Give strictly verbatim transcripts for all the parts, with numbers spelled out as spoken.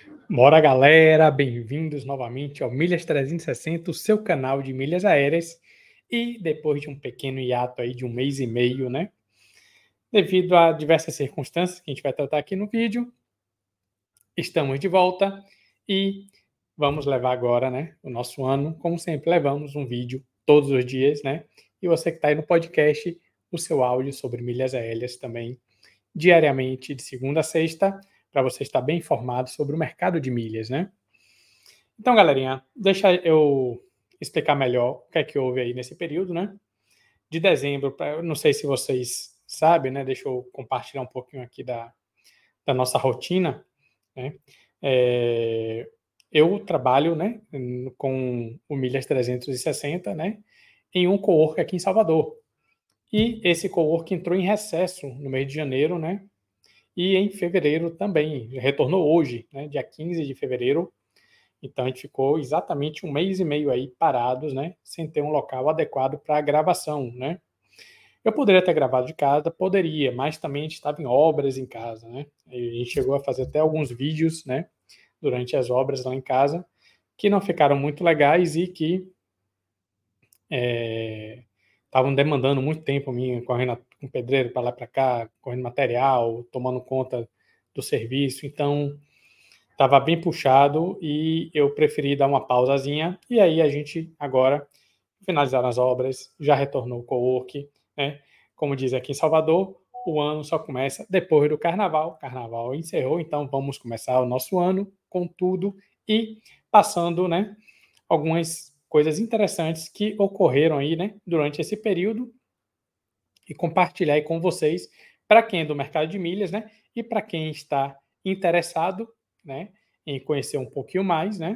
Bora, galera! Bem-vindos novamente ao Milhas trezentos e sessenta, o seu canal de milhas aéreas. E depois de um pequeno hiato aí de um mês e meio, né? Devido a diversas circunstâncias que a gente vai tratar aqui no vídeo, estamos de volta e vamos levar agora, né, o nosso ano, como sempre levamos um vídeo todos os dias, né? E você que está aí no podcast, o seu áudio sobre milhas aéreas também, diariamente, de segunda a sexta, para você estar bem informado sobre o mercado de milhas, né? Então, galerinha, deixa eu explicar melhor o que é que houve aí nesse período, né? De dezembro, pra, eu não sei se vocês sabem, né? Deixa eu compartilhar um pouquinho aqui da, da nossa rotina, né? É, eu trabalho, né, com o Milhas trezentos e sessenta, né, em um cowork aqui em Salvador. E esse cowork entrou em recesso no mês de janeiro, né? E em fevereiro também, retornou hoje, né, dia quinze de fevereiro. Então a gente ficou exatamente um mês e meio aí parados, né, sem ter um local adequado para a gravação, né. Eu poderia ter gravado de casa, poderia, mas também a gente estava em obras em casa, né. A gente chegou a fazer até alguns vídeos, né, durante as obras lá em casa, que não ficaram muito legais e que estavam é, demandando muito tempo minha, correndo com pedreiro para lá e para cá, correndo material, tomando conta do serviço. Então estava bem puxado e eu preferi dar uma pausazinha. E aí a gente agora finalizaram as obras, já retornou o co-work, né? Como diz aqui em Salvador, o ano só começa depois do carnaval. O carnaval encerrou, então vamos começar o nosso ano com tudo e passando, né, algumas coisas interessantes que ocorreram aí, né, durante esse período e compartilhar aí com vocês, para quem é do mercado de milhas, né, e para quem está interessado, né, em conhecer um pouquinho mais, né,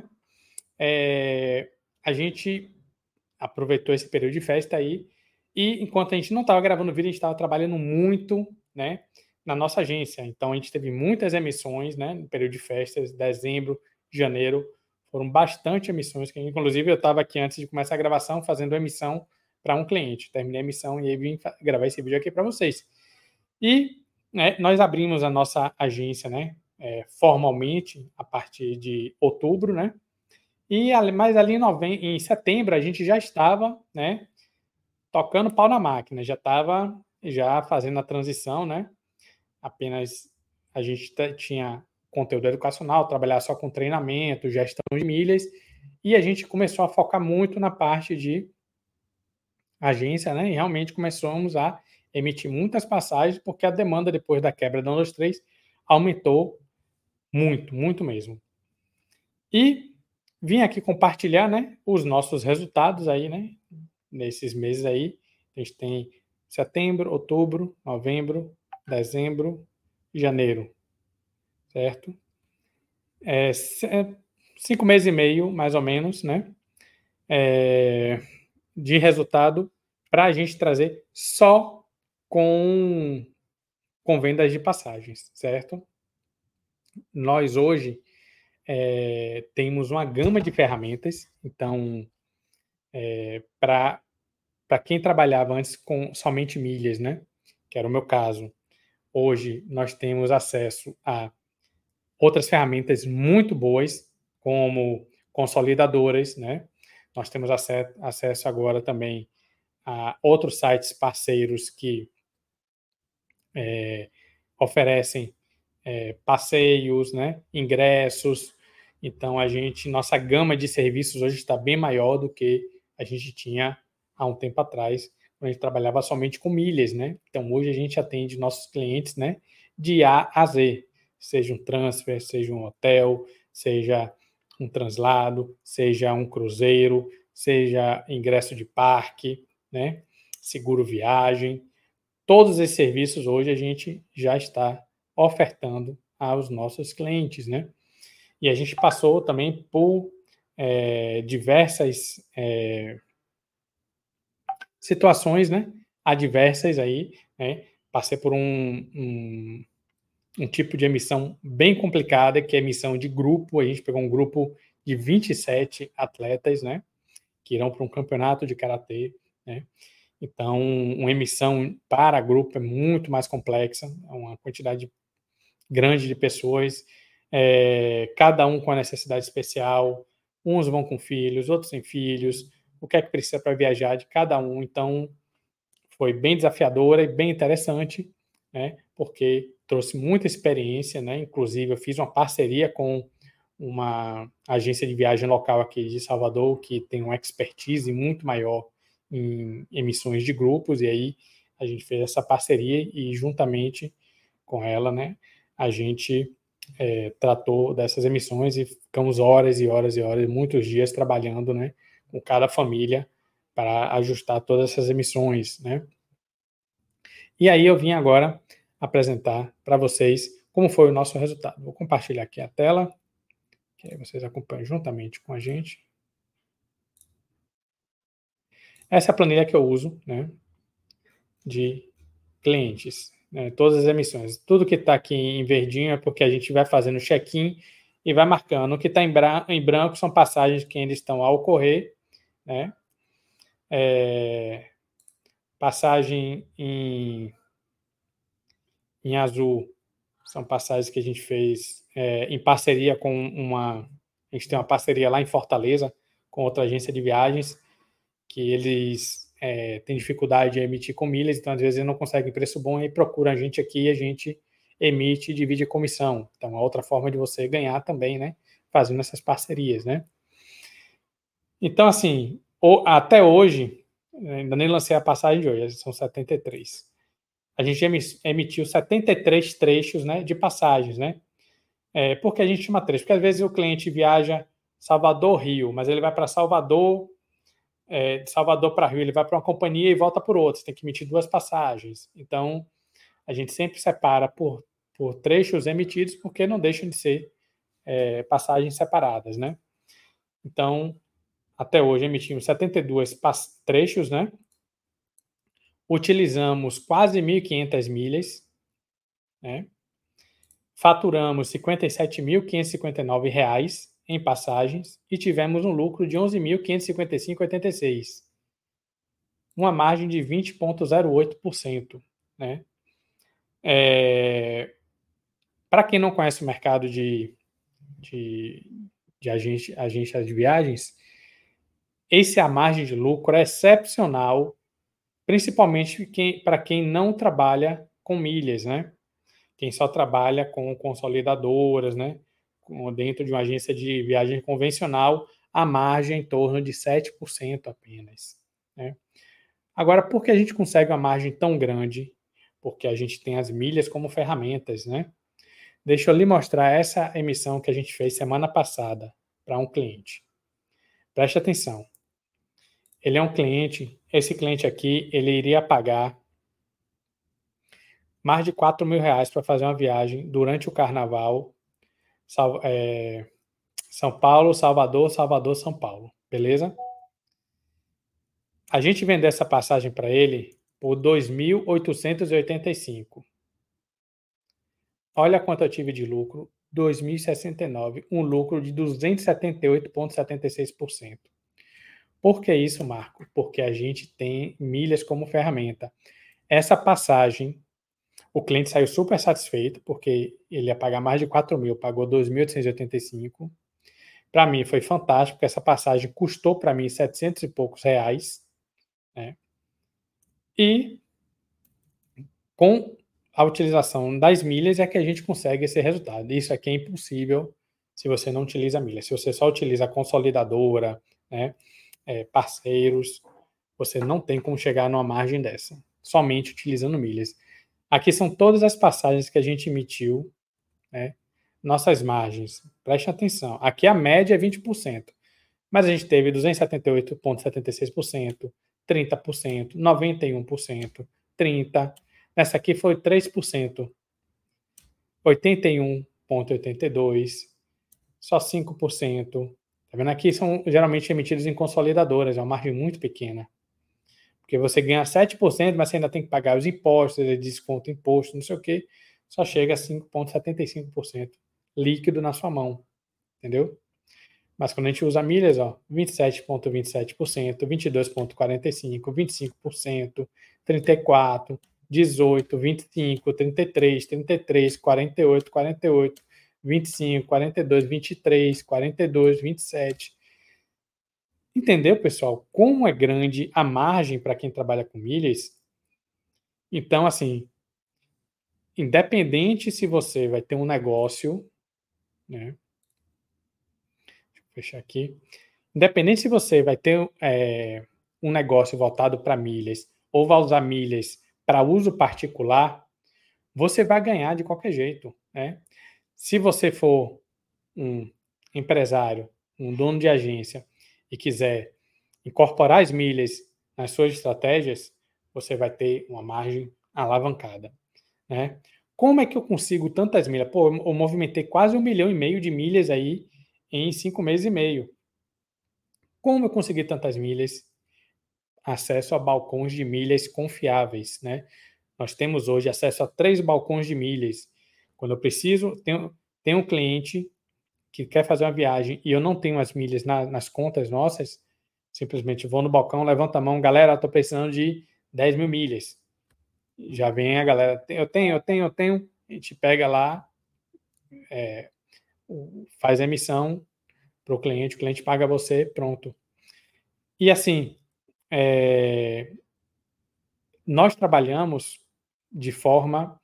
é, a gente aproveitou esse período de festa aí e enquanto a gente não estava gravando vídeo, a gente estava trabalhando muito, né, na nossa agência. Então a gente teve muitas emissões, né, no período de festas, dezembro, janeiro, foram bastante emissões, que inclusive eu estava aqui antes de começar a gravação fazendo emissão para um cliente. Terminei a emissão e aí vim gravar esse vídeo aqui para vocês. E né, nós abrimos a nossa agência, né, é, formalmente a partir de outubro, né? E mais ali em, novembro, em setembro a gente já estava, né, tocando pau na máquina, já estava já fazendo a transição, né? Apenas a gente tinha conteúdo educacional, trabalhar só com treinamento, gestão de milhas, e a gente começou a focar muito na parte de agência, né? E realmente começamos a emitir muitas passagens, porque a demanda depois da quebra da um dois três aumentou muito, muito mesmo. E vim aqui compartilhar, né, os nossos resultados aí, né, nesses meses aí. A gente tem setembro, outubro, novembro, dezembro e janeiro, certo? É, cinco meses e meio, mais ou menos, né, é, de resultado para a gente trazer só com, com vendas de passagens, certo? Nós hoje é, temos uma gama de ferramentas, então, é, para para quem trabalhava antes com somente milhas, né, que era o meu caso, hoje nós temos acesso a outras ferramentas muito boas, como consolidadoras, né? Nós temos acesso agora também a outros sites parceiros que é, oferecem é, passeios, né, ingressos. Então a gente, nossa gama de serviços hoje está bem maior do que a gente tinha há um tempo atrás, quando a gente trabalhava somente com milhas, né? Então hoje a gente atende nossos clientes, né, de A a Z, seja um transfer, seja um hotel, seja um translado, seja um cruzeiro, seja ingresso de parque, né, seguro viagem. Todos esses serviços hoje a gente já está ofertando aos nossos clientes, né? E a gente passou também por é, diversas é, situações, né? Adversas aí, né? Passei por um, um, um tipo de emissão bem complicada, que é a emissão de grupo. A gente pegou um grupo de vinte e sete atletas, né? Que irão para um campeonato de karatê, né? Então, uma emissão para grupo é muito mais complexa, é uma quantidade grande de pessoas. é, cada um com a necessidade especial, uns vão com filhos, outros sem filhos, o que é que precisa para viajar de cada um. Então, foi bem desafiadora e bem interessante, né, porque trouxe muita experiência, né, inclusive eu fiz uma parceria com uma agência de viagem local aqui de Salvador, que tem uma expertise muito maior em emissões de grupos, e aí a gente fez essa parceria e juntamente com ela, né, a gente é, tratou dessas emissões e ficamos horas e horas e horas, muitos dias trabalhando, né, com cada família para ajustar todas essas emissões, né. E aí eu vim agora apresentar para vocês como foi o nosso resultado. Vou compartilhar aqui a tela, que aí vocês acompanham juntamente com a gente. Essa é a planilha que eu uso, né, de clientes, né, todas as emissões. Tudo que está aqui em verdinho é porque a gente vai fazendo check-in e vai marcando. O que está em, em branco são passagens que ainda estão a ocorrer, né? É, passagem em, em azul são passagens que a gente fez é, em parceria com uma... A gente tem uma parceria lá em Fortaleza com outra agência de viagens, que eles é, têm dificuldade de emitir com milhas, então às vezes eles não conseguem preço bom e procuram a gente aqui e a gente emite e divide a comissão. Então é outra forma de você ganhar também, né? Fazendo essas parcerias, né? Então, assim, até hoje, ainda nem lancei a passagem de hoje, são setenta e três. A gente emitiu setenta e três trechos, né, de passagens, né? É, por que a gente chama trecho? Porque às vezes o cliente viaja Salvador-Rio, mas ele vai para Salvador, é, de Salvador para Rio, ele vai para uma companhia e volta por outra, você tem que emitir duas passagens. Então, a gente sempre separa por, por trechos emitidos, porque não deixam de ser é, passagens separadas, né? Então, até hoje emitimos setenta e dois trechos, né? Utilizamos quase mil e quinhentas milhas, né? Faturamos cinquenta e sete mil quinhentos e cinquenta e nove reais em passagens e tivemos um lucro de onze mil quinhentos e cinquenta e cinco reais e oitenta e seis centavos. Uma margem de vinte vírgula zero oito por cento, né? É... Para quem não conhece o mercado de, de, de agência, agência de viagens, esse a margem de lucro é excepcional, principalmente quem, para quem não trabalha com milhas, né? Quem só trabalha com consolidadoras, né? Dentro de uma agência de viagem convencional, a margem é em torno de sete por cento apenas, né? Agora, por que a gente consegue uma margem tão grande? Porque a gente tem as milhas como ferramentas, né? Deixa eu lhe mostrar essa emissão que a gente fez semana passada para um cliente. Preste atenção. Ele é um cliente, esse cliente aqui, ele iria pagar mais de quatro mil reais para fazer uma viagem durante o carnaval, é, São Paulo, Salvador, Salvador, São Paulo. Beleza? A gente vendeu essa passagem para ele por dois mil oitocentos e oitenta e cinco. Olha quanto eu tive de lucro, dois mil e sessenta e nove, um lucro de duzentos e setenta e oito vírgula setenta e seis por cento. Por que isso, Marco? Porque a gente tem milhas como ferramenta. Essa passagem, o cliente saiu super satisfeito, porque ele ia pagar mais de quatro mil, pagou dois mil oitocentos e oitenta e cinco. Para mim foi fantástico, porque essa passagem custou para mim setecentos e poucos reais, né? E com a utilização das milhas é que a gente consegue esse resultado. Isso aqui é impossível se você não utiliza milhas. Se você só utiliza a consolidadora, né, é, parceiros, você não tem como chegar numa margem dessa, somente utilizando milhas. Aqui são todas as passagens que a gente emitiu, né, nossas margens. Preste atenção. Aqui a média é vinte por cento, mas a gente teve duzentos e setenta e oito vírgula setenta e seis por cento, trinta por cento, noventa e um por cento, trinta por cento. Essa aqui foi três por cento, oitenta e um vírgula oitenta e dois por cento, só cinco por cento. Tá vendo? Aqui são geralmente emitidos em consolidadoras, é uma margem muito pequena. Porque você ganha sete por cento, mas você ainda tem que pagar os impostos, desconto imposto, não sei o quê. Só chega a cinco vírgula setenta e cinco por cento líquido na sua mão. Entendeu? Mas quando a gente usa milhas, ó, vinte e sete vírgula vinte e sete por cento, vinte e dois vírgula quarenta e cinco por cento, vinte e cinco por cento, trinta e quatro por cento, dezoito por cento, vinte e cinco por cento, trinta e três por cento, trinta e três por cento, quarenta e oito por cento, quarenta e oito por cento, vinte e cinco, quarenta e dois, vinte e três, quarenta e dois, vinte e sete. Entendeu, pessoal? Como é grande a margem para quem trabalha com milhas? Então, assim, independente se você vai ter um negócio, né? Deixa eu fechar aqui. Independente se você vai ter é, um negócio voltado para milhas ou vai usar milhas para uso particular, você vai ganhar de qualquer jeito, né? Se você for um empresário, um dono de agência e quiser incorporar as milhas nas suas estratégias, você vai ter uma margem alavancada, né? Como é que eu consigo tantas milhas? Pô, eu movimentei quase um milhão e meio de milhas aí em cinco meses e meio. Como eu consegui tantas milhas? Acesso a balcões de milhas confiáveis, né? Nós temos hoje acesso a três balcões de milhas. Quando eu preciso, tenho, tenho um cliente que quer fazer uma viagem e eu não tenho as milhas na, nas contas nossas, simplesmente vou no balcão, levanto a mão, galera, estou precisando de dez mil milhas. Já vem a galera, eu tenho, eu tenho, eu tenho, a gente pega lá, é, faz a emissão para o cliente, o cliente paga você, pronto. E assim, é, nós trabalhamos de forma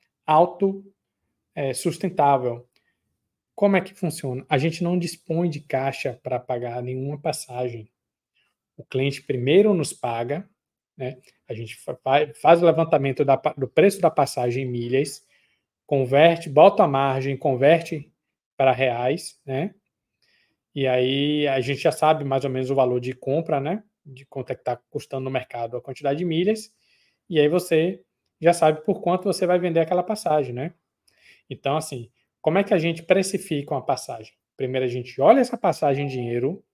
autossustentável. Como é que funciona? A gente não dispõe de caixa para pagar nenhuma passagem. O cliente primeiro nos paga, né? A gente faz o levantamento da, do preço da passagem em milhas, converte, bota a margem, converte para reais, né? E aí a gente já sabe mais ou menos o valor de compra, né? De quanto é que está custando no mercado a quantidade de milhas. E aí você já sabe por quanto você vai vender aquela passagem, né? Então, assim, como é que a gente precifica uma passagem? Primeiro a gente olha essa passagem em dinheiro,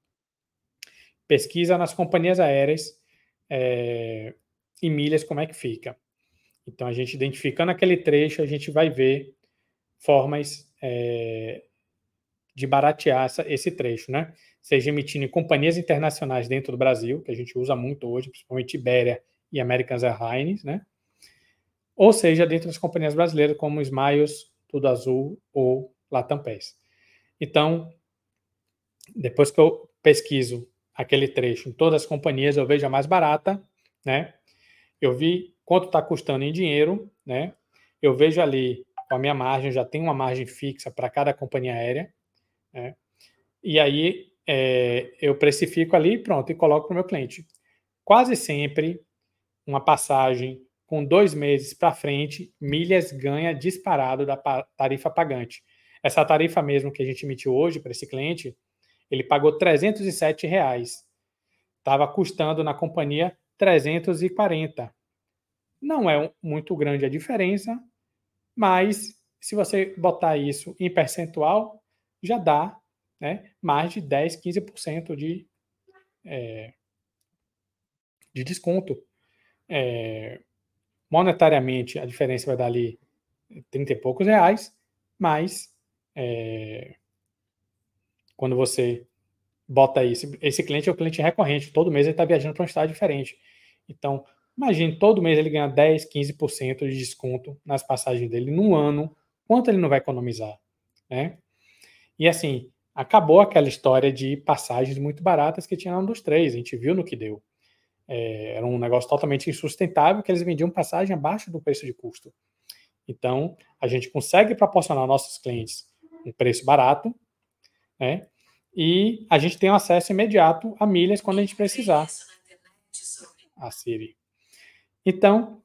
pesquisa nas companhias aéreas é, em milhas como é que fica. Então, a gente identificando aquele trecho, a gente vai ver formas é, de baratear essa, esse trecho, né? Seja emitindo em companhias internacionais dentro do Brasil, que a gente usa muito hoje, principalmente Iberia e American Airlines, né? Ou seja, dentro das companhias brasileiras, como Smiles, Tudo Azul ou Latam Pass. Então, depois que eu pesquiso aquele trecho em todas as companhias, eu vejo a mais barata, né? Eu vi quanto está custando em dinheiro, né? Eu vejo ali com a minha margem, já tem uma margem fixa para cada companhia aérea, né? E aí é, eu precifico ali, pronto, e coloco para o meu cliente. Quase sempre uma passagem com dois meses para frente, milhas ganha disparado da tarifa pagante. Essa tarifa mesmo que a gente emitiu hoje para esse cliente, ele pagou trezentos e sete reais. Estava custando na companhia trezentos e quarenta. Não é muito grande a diferença, mas se você botar isso em percentual, já dá, né, mais de dez, quinze por cento de, é, de desconto. É, monetariamente, a diferença vai dar ali trinta e poucos reais, mas é, quando você bota isso, esse cliente é o cliente recorrente, todo mês ele está viajando para um estado diferente. Então, imagine, todo mês ele ganha dez, quinze por cento de desconto nas passagens dele num ano, quanto ele não vai economizar, né? E assim, acabou aquela história de passagens muito baratas que tinha lá dos três, a gente viu no que deu. É, era um negócio totalmente insustentável, que eles vendiam passagem abaixo do preço de custo. Então, a gente consegue proporcionar aos nossos clientes um preço barato, né? E a gente tem um acesso imediato a milhas quando a gente precisar. A Siri. Então,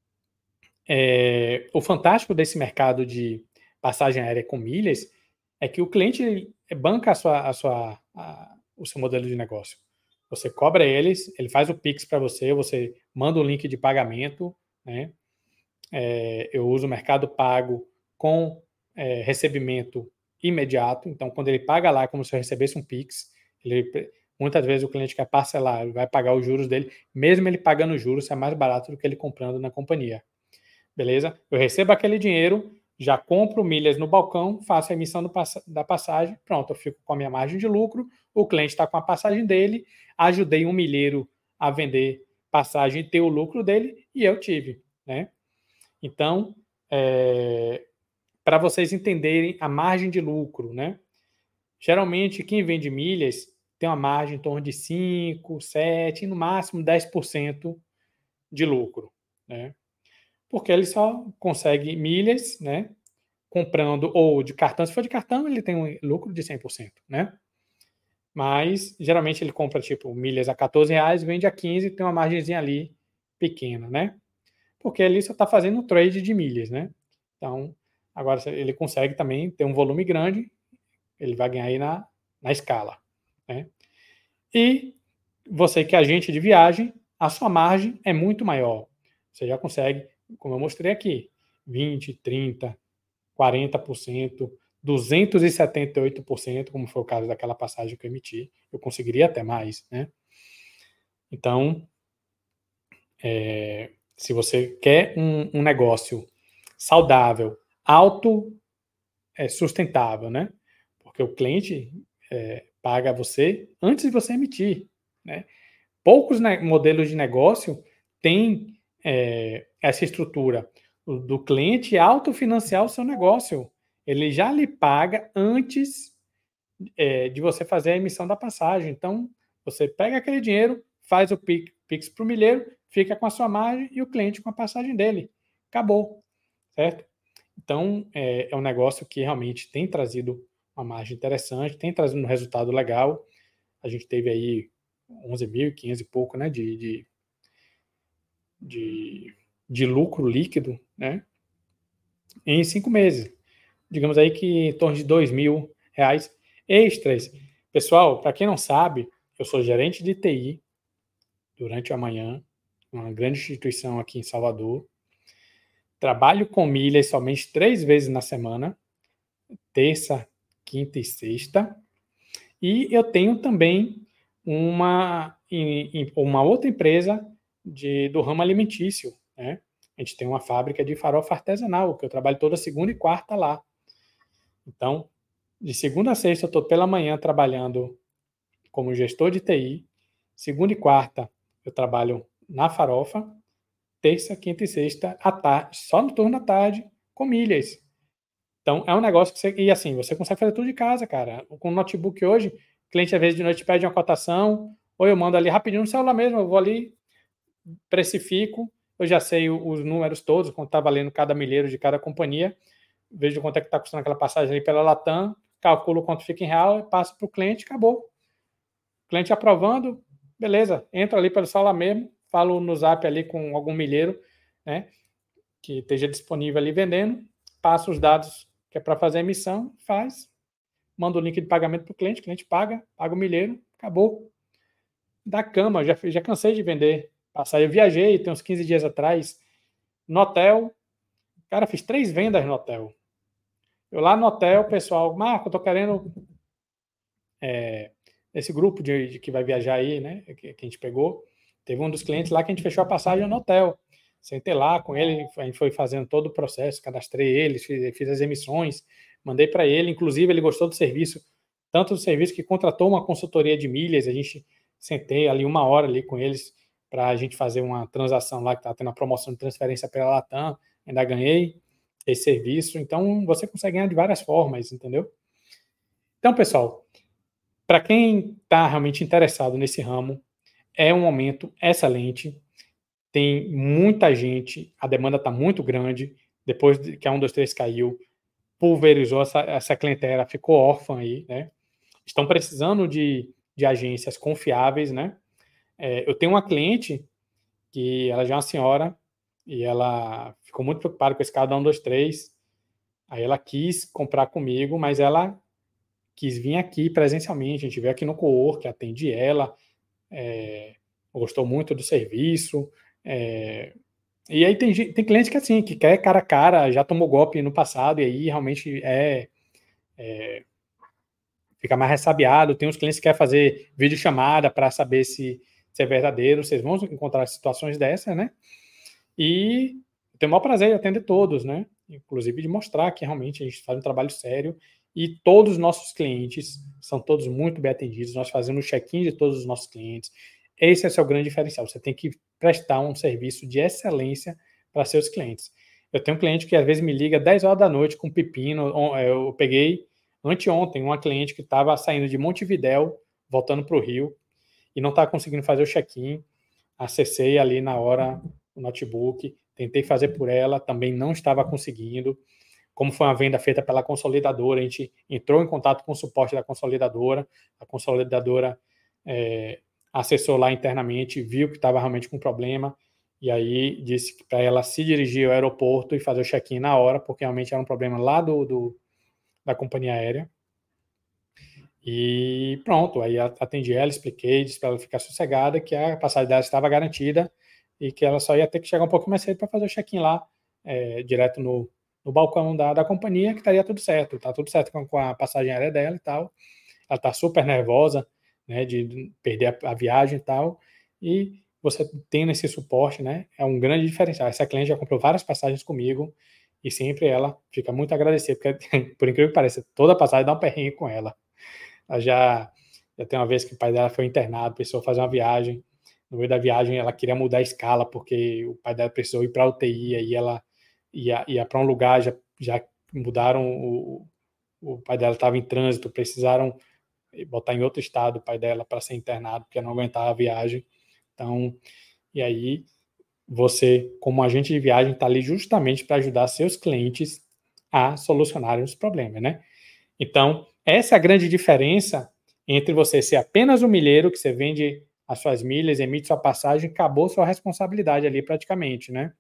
é, o fantástico desse mercado de passagem aérea com milhas é que o cliente banca a sua, a sua, a, o seu modelo de negócio. Você cobra eles, ele faz o Pix para você, você manda o link de pagamento, né? É, eu uso o Mercado Pago com é, recebimento imediato. Então, quando ele paga lá, é como se eu recebesse um Pix. Ele, muitas vezes o cliente quer parcelar, ele vai pagar os juros dele, mesmo ele pagando os juros, é mais barato do que ele comprando na companhia. Beleza? Eu recebo aquele dinheiro, já compro milhas no balcão, faço a emissão do, da passagem, pronto, eu fico com a minha margem de lucro, o cliente está com a passagem dele, ajudei um milheiro a vender passagem e ter o lucro dele, e eu tive, né? Então, é, para vocês entenderem a margem de lucro, né? Geralmente, quem vende milhas tem uma margem em torno de cinco, sete, no máximo dez por cento de lucro, né? Porque ele só consegue milhas, né? Comprando ou de cartão. Se for de cartão, ele tem um lucro de cem por cento, né? Mas, geralmente, ele compra, tipo, milhas a quatorze reais, vende a quinze, tem uma margenzinha ali pequena, né? Porque ele só está fazendo um trade de milhas, né? Então, agora ele consegue também ter um volume grande, ele vai ganhar aí na, na escala, né? E você que é agente de viagem, a sua margem é muito maior. Você já consegue, como eu mostrei aqui, vinte, trinta, quarenta por cento, duzentos e setenta e oito por cento, como foi o caso daquela passagem que eu emiti. Eu conseguiria até mais, né? Então, é, se você quer um, um negócio saudável, auto é, sustentável, né? Porque o cliente é, paga você antes de você emitir, né? Poucos né, modelos de negócio têm é, essa estrutura o, do cliente autofinanciar o seu negócio. Ele já lhe paga antes é, de você fazer a emissão da passagem. Então, você pega aquele dinheiro, faz o Pix para o milheiro, fica com a sua margem e o cliente com a passagem dele. Acabou, certo? Então, é, é um negócio que realmente tem trazido uma margem interessante, tem trazido um resultado legal. A gente teve aí onze mil e quinhentos e pouco, né, de, de, de, de lucro líquido, né, em cinco meses. Digamos aí que em torno de dois mil reais extras. Pessoal, para quem não sabe, eu sou gerente de T I durante a manhã, uma grande instituição aqui em Salvador. Trabalho com milhas somente três vezes na semana, terça, quinta e sexta. E eu tenho também uma, uma outra empresa de, do ramo alimentício, né? A gente tem uma fábrica de farofa artesanal, que eu trabalho toda segunda e quarta lá. Então, de segunda a sexta, eu estou pela manhã trabalhando como gestor de T I. Segunda e quarta, eu trabalho na farofa. Terça, quinta e sexta, à tarde, só no turno da tarde, com milhas. Então, é um negócio que você... E assim, você consegue fazer tudo de casa, cara. Com o notebook hoje, o cliente às vezes de noite pede uma cotação, ou eu mando ali rapidinho no celular mesmo, eu vou ali, precifico, eu já sei os números todos, quanto está valendo cada milheiro de cada companhia, vejo quanto é que está custando aquela passagem ali pela Latam, calculo quanto fica em real, passo para o cliente, acabou. O cliente aprovando, beleza, entra ali pelo celular mesmo, falo no zap ali com algum milheiro, né, que esteja disponível ali vendendo, passo os dados que é para fazer a emissão, faz, manda o link de pagamento para o cliente, o cliente paga, paga o milheiro, acabou. Da cama, já, já cansei de vender. Passar, eu viajei, tem uns quinze dias atrás, no hotel, cara, fiz três vendas no hotel. Eu lá no hotel, o pessoal, Marco, eu tô querendo é, esse grupo de, de que vai viajar aí, né, que, que a gente pegou, teve um dos clientes lá que a gente fechou a passagem no hotel. Sentei lá com ele, a gente foi fazendo todo o processo, cadastrei ele, fiz, fiz as emissões, mandei para ele, inclusive ele gostou do serviço, tanto do serviço que contratou uma consultoria de milhas, a gente sentei ali uma hora ali com eles para a gente fazer uma transação lá que está tendo a promoção de transferência pela Latam, ainda ganhei esse serviço, então você consegue ganhar de várias formas, entendeu? Então, pessoal, para quem está realmente interessado nesse ramo, é um momento excelente. Tem muita gente, a demanda está muito grande. Depois que a um, dois, três caiu, pulverizou essa, essa clientela, ficou órfã aí, né? Estão precisando de, de agências confiáveis, né? É, eu tenho uma cliente que ela já é uma senhora e ela ficou muito preocupada com esse caso da um, dois, três. Aí ela quis comprar comigo, mas ela quis vir aqui presencialmente. A gente veio aqui no co-work, atende ela, é, gostou muito do serviço. É, e aí tem, tem cliente que assim, que quer cara a cara, já tomou golpe no passado, e aí realmente é, é fica mais ressabiado. Tem uns clientes que querem fazer videochamada para saber se, se é verdadeiro. Vocês vão encontrar situações dessas, né? E eu tenho o maior prazer de atender todos, né? Inclusive de mostrar que realmente a gente faz um trabalho sério e todos os nossos clientes são todos muito bem atendidos. Nós fazemos o check-in de todos os nossos clientes. Esse é o seu grande diferencial. Você tem que prestar um serviço de excelência para seus clientes. Eu tenho um cliente que às vezes me liga dez horas da noite com pepino. Eu peguei anteontem uma cliente que estava saindo de Montevidéu, voltando para o Rio, e não estava conseguindo fazer o check-in. Acessei ali na hora o notebook, tentei fazer por ela, também não estava conseguindo. Como foi uma venda feita pela consolidadora, a gente entrou em contato com o suporte da consolidadora, a consolidadora é, acessou lá internamente, viu que estava realmente com problema, e aí disse para ela se dirigir ao aeroporto e fazer o check-in na hora, porque realmente era um problema lá do, do da companhia aérea. E pronto, aí atendi ela, expliquei, disse para ela ficar sossegada, que a passagem dela estava garantida e que ela só ia ter que chegar um pouquinho mais cedo para fazer o check-in lá, é, direto no, no balcão da, da companhia, que estaria tudo certo, está tudo certo com, com a passagem aérea dela e tal. Ela está super nervosa, né, de perder a, a viagem e tal, e você tendo esse suporte, né, é um grande diferencial. Essa cliente já comprou várias passagens comigo e sempre ela fica muito agradecida, porque, por incrível que pareça, toda passagem dá um perrengue com ela. Ela já, já tem uma vez que o pai dela foi internado, precisou fazer uma viagem. No meio da viagem, ela queria mudar a escala, porque o pai dela precisou ir para a U T I, aí ela ia, ia para um lugar, já, já mudaram, o, o pai dela estava em trânsito, precisaram botar em outro estado o pai dela para ser internado, porque não aguentava a viagem. Então, e aí, você, como agente de viagem, está ali justamente para ajudar seus clientes a solucionarem os problemas, né? Então, essa é a grande diferença entre você ser apenas um milheiro, que você vende as suas milhas, emite sua passagem, acabou sua responsabilidade ali praticamente, né?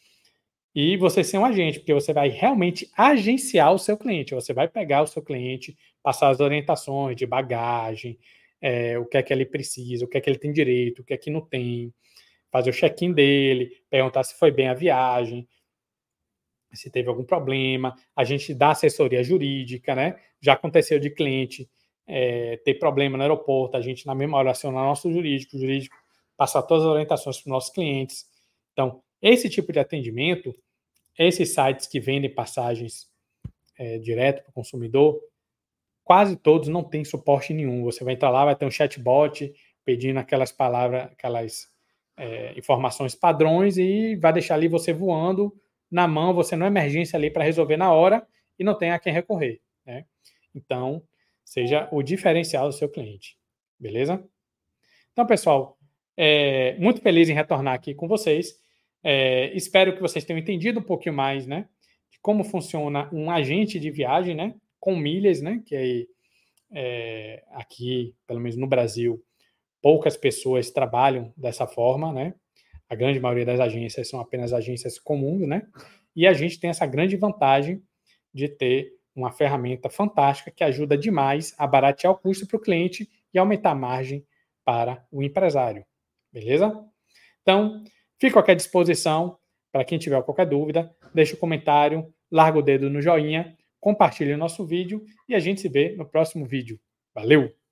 E você ser um agente, porque você vai realmente agenciar o seu cliente. Você vai pegar o seu cliente, passar as orientações de bagagem, é, o que é que ele precisa, o que é que ele tem direito, o que é que não tem, fazer o check-in dele, perguntar se foi bem a viagem, se teve algum problema, a gente dá assessoria jurídica, né? Já aconteceu de cliente é, ter problema no aeroporto, a gente na mesma hora aciona nosso jurídico, o jurídico passa todas as orientações para os nossos clientes. Então, esse tipo de atendimento, esses sites que vendem passagens é, direto para o consumidor, quase todos não têm suporte nenhum. Você vai entrar lá, vai ter um chatbot pedindo aquelas palavras, aquelas é, informações padrões e vai deixar ali você voando na mão, você não é emergência ali para resolver na hora e não tem a quem recorrer, né? Então, seja o diferencial do seu cliente, beleza? Então, pessoal, é, muito feliz em retornar aqui com vocês. É, espero que vocês tenham entendido um pouquinho mais, né, de como funciona um agente de viagem, né, com milhas, né, que aí, é, aqui, pelo menos no Brasil, poucas pessoas trabalham dessa forma, né? A grande maioria das agências são apenas agências comuns, né? E a gente tem essa grande vantagem de ter uma ferramenta fantástica que ajuda demais a baratear o custo para o cliente e aumentar a margem para o empresário. Beleza? Então, fico aqui à disposição para quem tiver qualquer dúvida, deixa o comentário, larga o dedo no joinha, compartilhe o nosso vídeo e a gente se vê no próximo vídeo. Valeu!